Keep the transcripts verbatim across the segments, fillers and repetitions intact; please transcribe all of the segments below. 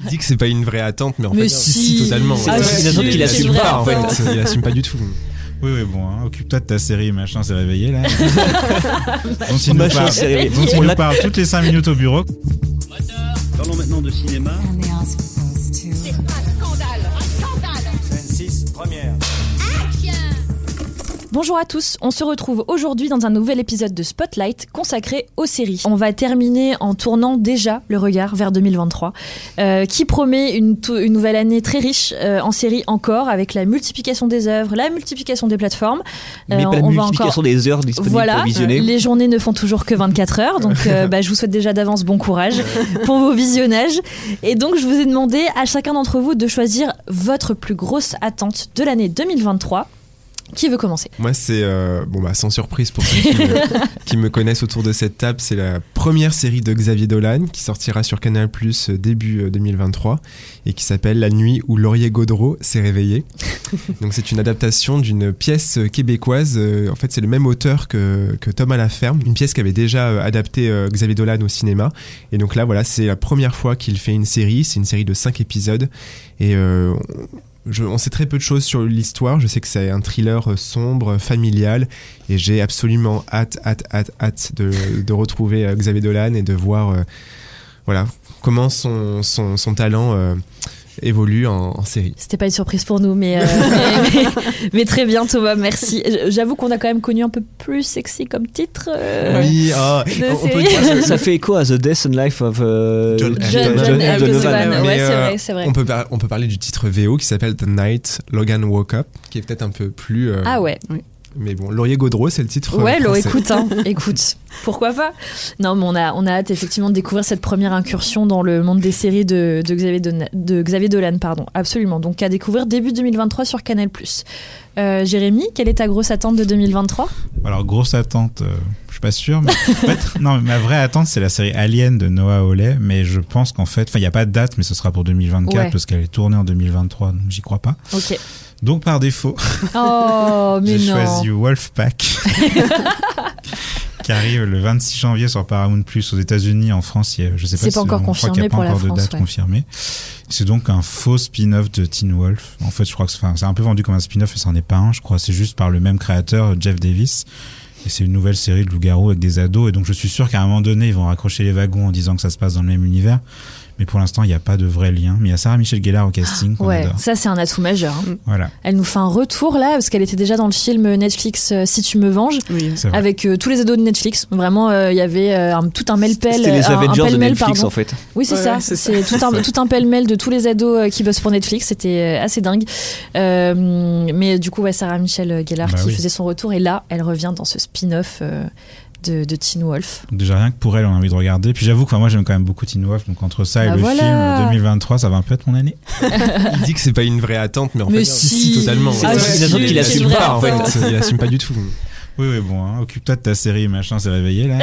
Il dit que c'est pas une vraie attente, mais en mais fait, si, si, totalement. Ah, Ouais. si, Il assume qu'il assume pas, en fait. Il assume pas du tout. Oui, oui, bon, hein, occupe-toi de ta série, machin, c'est réveillé là. dont il nous Machin, parle, c'est réveillé. dont il On nous l'a- parle toutes les cinq minutes au bureau. Parlons maintenant de cinéma. And they are supposed to. C'est un scandale, un scandale. Scène six, première. Bonjour à tous, on se retrouve aujourd'hui dans un nouvel épisode de Spotlight consacré aux séries. On va terminer en tournant déjà le regard vers deux mille vingt-trois, euh, qui promet une, to- une nouvelle année très riche euh, en séries encore, avec la multiplication des œuvres, la multiplication des plateformes. Mais Euh, pas la on va multiplication encore... des heures disponibles Voilà, pour visionner. les journées ne font toujours que vingt-quatre heures, donc euh, bah, je vous souhaite déjà d'avance bon courage pour vos visionnages. Et donc je vous ai demandé à chacun d'entre vous de choisir votre plus grosse attente de l'année deux mille vingt-trois. Qui veut commencer ? Moi, c'est, euh, bon, bah, sans surprise pour ceux qui me, qui me connaissent autour de cette table, c'est la première série de Xavier Dolan qui sortira sur Canal plus début deux mille vingt-trois et qui s'appelle La nuit où Laurier Gaudreau s'est réveillé. Donc, c'est une adaptation d'une pièce québécoise. En fait, c'est le même auteur que, que Tom à la ferme, une pièce qu'avait déjà adapté euh, Xavier Dolan au cinéma. Et donc là, voilà, c'est la première fois qu'il fait une série. C'est une série de cinq épisodes. Et euh, Je, on sait très peu de choses sur l'histoire. Je sais que c'est un thriller sombre, familial, et j'ai absolument hâte, hâte, hâte, hâte de, de retrouver euh, Xavier Dolan et de voir, euh, voilà, comment son, son, son talent euh, évolue en, en série. C'était pas une surprise pour nous, mais, euh, mais, mais, mais très bien Thomas, merci. J'avoue qu'on a quand même connu un peu plus sexy comme titre. Euh, Oui, oh, de on, on peut série. dire ça, ça fait écho à The Death and Life of euh, John- John, John- John John Donovan. Donovan. Ouais, Mais, c'est euh, vrai, c'est vrai. On peut, par- on peut parler du titre V O qui s'appelle The Night Logan Woke Up, qui est peut-être un peu plus... euh, Ah ouais. Mais bon, Laurier Gaudreau, c'est le titre euh, Ouais, là, français. écoute, hein, écoute, pourquoi pas. Non, mais on a, on a hâte effectivement de découvrir cette première incursion dans le monde des séries de, de, Xavier, Don- de Xavier Dolan, pardon, absolument. Donc à découvrir début deux mille vingt-trois sur Canal plus. Euh, Jérémy, quelle est ta grosse attente de deux mille vingt-trois ? Alors, grosse attente, euh, je suis pas sûr. Mais en fait, non, mais ma vraie attente, c'est la série Alien de Noah Hawley. Mais je pense qu'en fait, enfin, il n'y a pas de date, mais ce sera pour deux mille vingt-quatre Ouais. parce qu'elle est tournée en deux mille vingt-trois, donc j'y crois pas. Ok. Donc, par défaut, Oh, mais j'ai non. choisi Wolfpack. Qui arrive le vingt-six janvier sur Paramount plus aux États-Unis. En France, il y a, je sais pas C'est si pas encore on- je crois qu'il y confirmé a pas pour la encore de France, date ouais. confirmée. C'est donc un faux spin-off de Teen Wolf. En fait, je crois que c'est, enfin, c'est un peu vendu comme un spin-off, mais ça n'en est pas un. Je crois c'est juste par le même créateur, Jeff Davis. Et c'est une nouvelle série de loups-garous avec des ados. Et donc, je suis sûr qu'à un moment donné, ils vont raccrocher les wagons en disant que ça se passe dans le même univers. Mais pour l'instant, il n'y a pas de vrai lien. Mais il y a Sarah Michelle Gellar au casting, qu'on Ouais, adore. ça c'est un atout majeur. hein. Voilà, Elle nous fait un retour là, parce qu'elle était déjà dans le film Netflix euh, Si tu me venges, Oui. c'est vrai. avec euh, tous les ados de Netflix. Vraiment, euh, il y y avait euh, un, tout un mêle-pelle. C'était les un- un Avengers de pêle-mêle, Netflix pardon. en fait. Oui, c'est Ouais, ça. ouais, c'est c'est tout un, tout un pêle-mêle de tous les ados euh, qui bossent pour Netflix. C'était euh, assez dingue. Euh, mais du coup, ouais, Sarah Michelle Gellar Bah qui oui. faisait son retour. Et là, elle revient dans ce spin-off euh, de, de Teen Wolf. Donc déjà, rien que pour elle, on a envie de regarder. Puis j'avoue que enfin, moi, j'aime quand même beaucoup Teen Wolf. Donc entre ça et Bah le voilà. film deux mille vingt-trois, ça va un peu être mon année. Il dit que c'est pas une vraie attente, mais en Mais fait, si. totalement. C'est Ah, une si, attente qu'il c'est assume une vraie pas en fait. attente. Il assume pas du tout. Oui, oui, bon, hein, occupe-toi de ta série, machin, c'est réveillé là.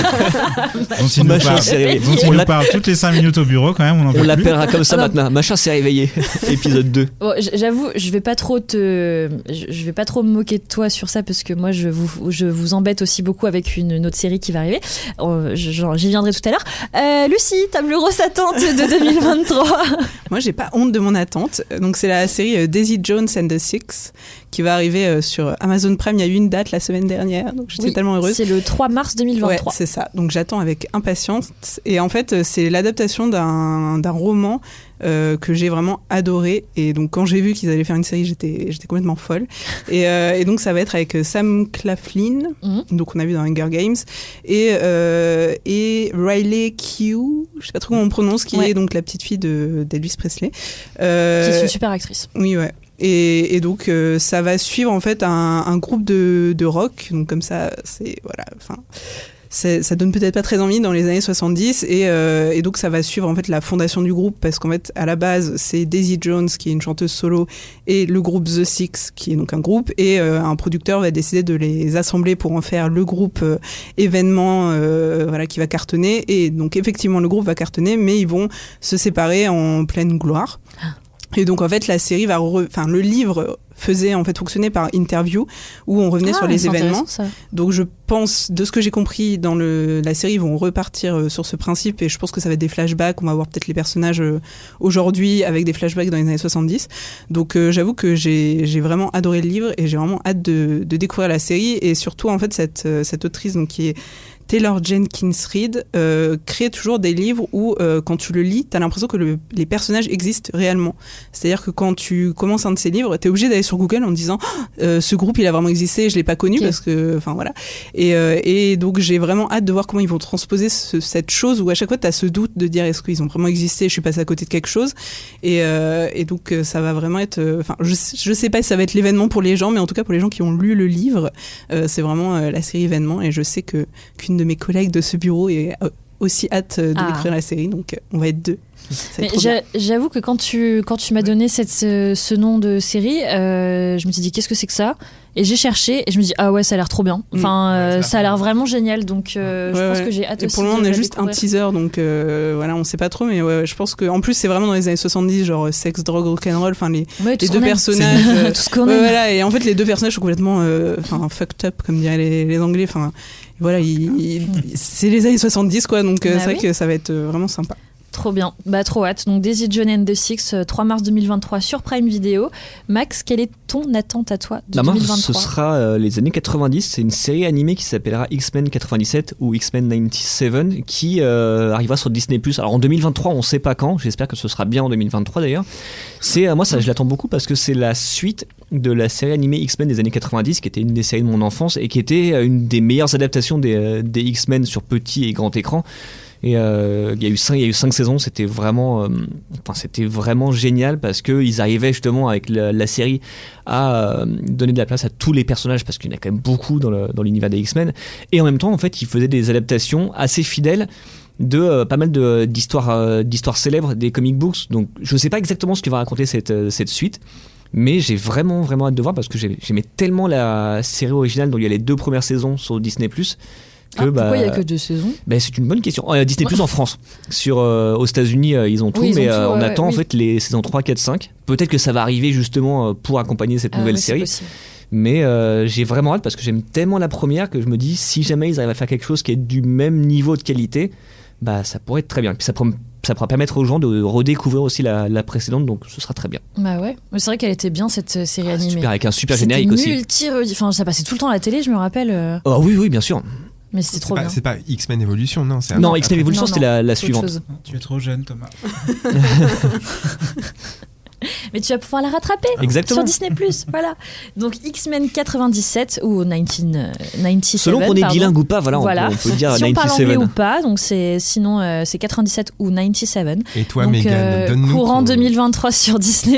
dont il nous Machin, parle, c'est réveillé. dont il On nous l'a- parle toutes les cinq minutes au bureau quand même, on en On peut plus. l'appellera comme ça Ah non. maintenant. Machin s'est réveillé. Épisode deux. Bon, j- j'avoue, je vais pas trop te, je je vais pas trop me moquer de toi sur ça parce que moi, je vous, je vous embête aussi beaucoup avec une, une autre série qui va arriver. Euh, je- genre, J'y viendrai tout à l'heure. Euh, Lucie, ta plus grosse attente de deux mille vingt-trois. Moi, j'ai pas honte de mon attente. Donc, c'est la série euh, Daisy Jones and the Six qui va arriver euh, sur Amazon Prime. Il y a eu une date la semaine dernière, donc j'étais Oui, tellement heureuse. C'est le trois mars deux mille vingt-trois. Ouais, c'est ça. Donc j'attends avec impatience. Et en fait, euh, c'est l'adaptation d'un, d'un roman euh, que j'ai vraiment adoré. Et donc quand j'ai vu qu'ils allaient faire une série, j'étais, j'étais complètement folle. Et, euh, et donc ça va être avec Sam Claflin, Mhm. donc on a vu dans Hunger Games, et, euh, et Riley Q, je sais pas trop comment on prononce, qui Ouais. est donc la petite fille de, d'Elvis Presley. Euh, Qui est une super actrice. oui, ouais. Et, et donc, euh, ça va suivre en fait un, un groupe de, de rock. Donc, comme ça, c'est. Voilà. Enfin. c'est- Ça donne peut-être pas très envie dans les années soixante-dix. Et, euh, et donc, ça va suivre en fait la fondation du groupe. Parce qu'en fait, à la base, c'est Daisy Jones qui est une chanteuse solo. Et le groupe The Six qui est donc un groupe. Et euh, un producteur va décider de les assembler pour en faire le groupe euh, événement euh, voilà, qui va cartonner. Et donc, effectivement, le groupe va cartonner. Mais ils vont se séparer en pleine gloire. Et donc en fait la série va, re... enfin le livre faisait en fait fonctionner par interview où on revenait Ah, sur les c'est événements. intéressant, ça. Donc je pense, de ce que j'ai compris dans le, la série, ils vont repartir euh, sur ce principe et je pense que ça va être des flashbacks. On va voir peut-être les personnages euh, aujourd'hui avec des flashbacks dans les années soixante-dix. Donc euh, j'avoue que j'ai, j'ai vraiment adoré le livre et j'ai vraiment hâte de, de découvrir la série et surtout en fait cette, euh, cette autrice donc, qui est Taylor Jenkins Reid euh, crée toujours des livres où euh, quand tu le lis, t'as l'impression que le, les personnages existent réellement. C'est-à-dire que quand tu commences un de ces livres, t'es obligé d'aller sur Google en te disant euh, ce groupe il a vraiment existé, je l'ai pas connu Okay. parce que, enfin voilà. Et, euh, et donc j'ai vraiment hâte de voir comment ils vont transposer ce, cette chose où à chaque fois t'as ce doute de dire est-ce qu'ils ont vraiment existé, je suis passé à côté de quelque chose. Et, euh, et donc euh, ça va vraiment être, enfin euh, je, je sais pas si ça va être l'événement pour les gens, mais en tout cas pour les gens qui ont lu le livre, euh, c'est vraiment euh, la série événement et je sais que qu'une de mes collègues de ce bureau est aussi hâte de Ah. découvrir la série, donc on va être deux. Ça va Mais être trop bien. j'a- j'avoue que quand tu, quand tu m'as donné cette, ce, ce nom de série, euh, je me suis dit qu'est-ce que c'est que ça ? Et j'ai cherché et je me dis ah ouais ça a l'air trop bien. Enfin euh, ça a l'air vraiment génial donc euh, je Ouais, pense ouais. que j'ai hâte Et aussi. pour le moment, de on a la juste un découvrir. teaser, donc euh, voilà, on sait pas trop, mais ouais, ouais, je pense que en plus c'est vraiment dans les années soixante-dix, genre sexe, drogue, rock'n'roll, enfin les, Ouais, tout les ce deux qu'on aime. personnages. euh, Tout ce qu'on ouais, aime. voilà, et en fait les deux personnages sont complètement, euh, enfin fucked up comme diraient les, les Anglais. Enfin voilà, ils- ils- c'est les années soixante-dix quoi, donc euh, Bah c'est vrai oui. que ça va être euh, vraiment sympa. Trop bien, bah trop hâte. Donc Daisy Jones and the Six, euh, trois mars deux mille vingt-trois sur Prime Video. Max, quelle est ton attente à toi de La main, deux mille ce vingt-trois? sera euh, les années quatre-vingt-dix. C'est une série animée qui s'appellera X-Men quatre-vingt-dix-sept ou X-Men quatre-vingt-dix-sept qui euh, arrivera sur Disney+. Alors en deux mille vingt-trois, on sait pas quand. J'espère que ce sera bien en deux mille vingt-trois d'ailleurs. C'est euh, moi ça, je l'attends beaucoup parce que c'est la suite de la série animée X-Men des années quatre-vingt-dix, qui était une des séries de mon enfance et qui était euh, une des meilleures adaptations des, euh, des X-Men sur petit et grand écran. Et euh, il y a eu cinq, il y a eu cinq saisons, c'était vraiment, euh, enfin c'était vraiment génial parce que ils arrivaient justement avec la, la série à euh, donner de la place à tous les personnages parce qu'il y en a quand même beaucoup dans, le, dans l'univers des X-Men. Et en même temps, en fait, ils faisaient des adaptations assez fidèles de euh, pas mal de, d'histoires, euh, d'histoires célèbres des comic books. Donc, je sais pas exactement ce que va raconter cette, euh, cette suite. Mais j'ai vraiment vraiment hâte de voir parce que j'ai- j'aimais tellement la série originale dont il y a les deux premières saisons sur Disney+. Que, Ah, pourquoi bah, il y a que deux saisons? ben, c'est une bonne question. Euh, Disney Plus en France. Sur, euh, aux États-Unis, euh, ils ont tout, Oui, ils ont mais tout, euh, on ouais, attend oui. en fait les saisons trois, quatre, cinq. Peut-être que ça va arriver justement euh, pour accompagner cette Ah, nouvelle ouais, c'est série. possible. Mais euh, j'ai vraiment hâte parce que j'aime tellement la première que je me dis si jamais ils arrivent à faire quelque chose qui est du même niveau de qualité, bah ça pourrait être très bien. Puis ça pourra, ça pourra permettre aux gens de redécouvrir aussi la, la précédente, donc ce sera très bien. Bah ouais, mais c'est vrai qu'elle était bien cette euh, série animée. Super, avec un super C'était générique aussi. multi- Enfin, ça passait tout le temps à la télé, je me rappelle. euh, Oh oui, oui, bien sûr. Mais c'était trop C'est bien. pas, c'est pas X-Men Evolution, non c'est un- Non, X-Men Evolution, Non, c'était non, la, la c'est autre suivante. chose. Tu es trop jeune, Thomas. Mais tu vas pouvoir la rattraper Exactement. sur Disney+. Voilà. Donc X-Men quatre-vingt-dix-sept ou dix-neuf quatre-vingt-dix-sept. Selon qu'on est pardon. bilingue ou pas, voilà, on Voilà. peut- on, peut dire Si on parle anglais quatre-vingt-dix-sept. ou pas, donc c'est sinon euh, c'est quatre-vingt-dix-sept ou quatre-vingt-dix-sept. Et toi, donc Megan, euh, donne-nous courant ton- deux mille vingt-trois sur Disney+.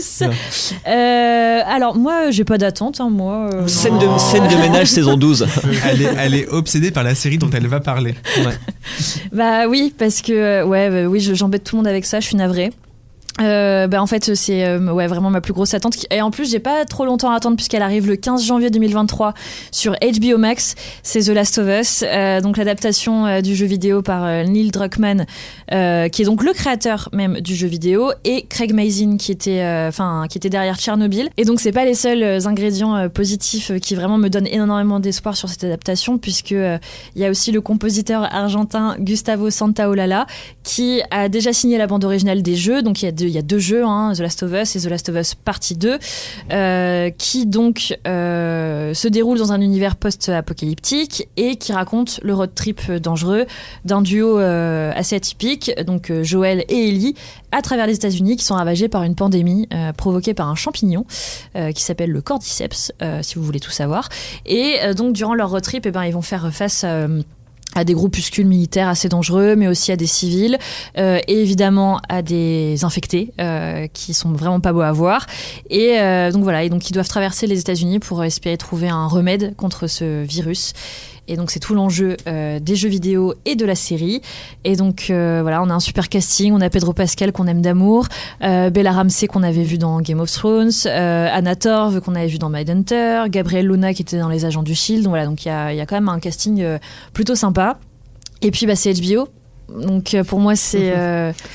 Euh, alors moi j'ai pas d'attente, hein, moi. euh, Scène non. de, scène de ménage saison douze. elle, est, elle est obsédée par la série dont elle va parler. Ouais. Bah oui, parce que euh, ouais, bah, oui, je- j'embête tout le monde avec ça, je suis navrée. Euh, bah en fait c'est euh, ouais vraiment ma plus grosse attente qui- et en plus j'ai pas trop longtemps à attendre puisqu'elle arrive le quinze janvier deux mille vingt-trois sur H B O Max. C'est The Last of Us, euh, donc l'adaptation euh, du jeu vidéo par euh, Neil Druckmann, euh, qui est donc le créateur même du jeu vidéo, et Craig Mazin qui était enfin qui était derrière Tchernobyl. Et donc c'est pas les seuls euh, ingrédients euh, positifs euh, qui vraiment me donnent énormément d'espoir sur cette adaptation, puisque euh, il y a aussi le compositeur argentin Gustavo Santaolalla qui a déjà signé la bande originale des jeux. Donc il y a deux, il y a deux jeux, hein, The Last of Us et The Last of Us partie deux, euh, qui donc euh, se déroulent dans un univers post-apocalyptique et qui raconte le road trip dangereux d'un duo euh, assez atypique, donc euh, Joel et Ellie, à travers les États-Unis, qui sont ravagés par une pandémie euh, provoquée par un champignon euh, qui s'appelle le cordyceps, euh, si vous voulez tout savoir. Et euh, donc durant leur road trip, eh ben, ils vont faire face à euh, à des groupuscules militaires assez dangereux, mais aussi à des civils, euh, et évidemment à des infectés euh, qui sont vraiment pas beaux à voir. Et euh, donc voilà, et donc ils doivent traverser les États-Unis pour espérer trouver un remède contre ce virus. Et donc c'est tout l'enjeu euh, des jeux vidéo et de la série. Et donc euh, voilà, on a un super casting. On a Pedro Pascal qu'on aime d'amour, euh, Bella Ramsey qu'on avait vu dans Game of Thrones, euh, Anna Torv qu'on avait vu dans Mindhunter, Gabriel Luna qui était dans Les Agents du Shield. Donc voilà, donc il y a, y a quand même un casting euh, plutôt sympa. Et puis bah c'est H B O. Donc euh, pour moi c'est euh,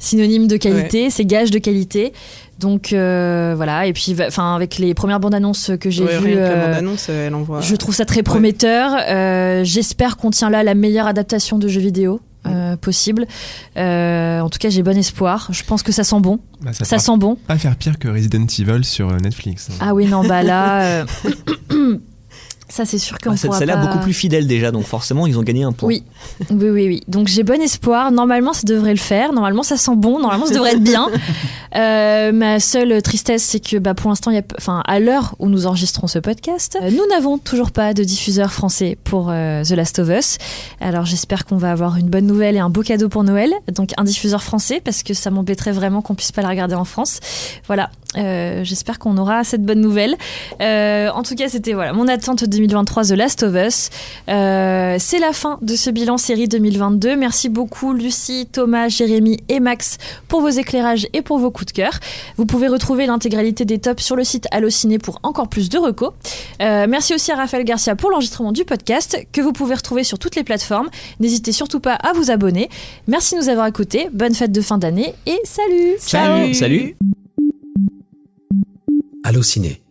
synonyme de qualité, ouais. c'est gage de qualité. Donc euh, voilà, et puis enfin avec les premières bandes annonces que j'ai ouais, vues, euh, bande annonce, elle envoie... je trouve ça très prometteur. Ouais. Euh, j'espère qu'on tient là la meilleure adaptation de jeux vidéo euh, possible. Euh, en tout cas, j'ai bon espoir. Je pense que ça sent bon. Bah, ça ça sent bon. Pas faire pire que Resident Evil sur Netflix. Hein. Ah oui, non, bah là. Euh... Ça, c'est sûr qu'on ah, pourra celle-là pas... beaucoup plus fidèle déjà, donc forcément, ils ont gagné un point. Oui, oui, oui, oui. Donc j'ai bon espoir. Normalement, ça devrait le faire. Normalement, ça sent bon. Normalement, ça devrait être bien. Euh, ma seule tristesse, c'est que bah, pour l'instant, il y a... enfin, à l'heure où nous enregistrons ce podcast, euh, nous n'avons toujours pas de diffuseur français pour euh, The Last of Us. Alors j'espère qu'on va avoir une bonne nouvelle et un beau cadeau pour Noël. Donc un diffuseur français, parce que ça m'embêterait vraiment qu'on puisse pas la regarder en France. Voilà. Euh, j'espère qu'on aura cette bonne nouvelle. Euh, en tout cas, c'était voilà mon attente deux mille vingt-trois, The Last of Us. Euh, c'est la fin de ce bilan série deux mille vingt-deux. Merci beaucoup Lucie, Thomas, Jérémy et Max pour vos éclairages et pour vos coups de cœur. Vous pouvez retrouver l'intégralité des tops sur le site Allociné pour encore plus de recos. Euh, merci aussi à Raphaël Garcia pour l'enregistrement du podcast que vous pouvez retrouver sur toutes les plateformes. N'hésitez surtout pas à vous abonner. Merci de nous avoir écoutés. Bonne fête de fin d'année et salut. Salut. Ciao. Salut. Allociné.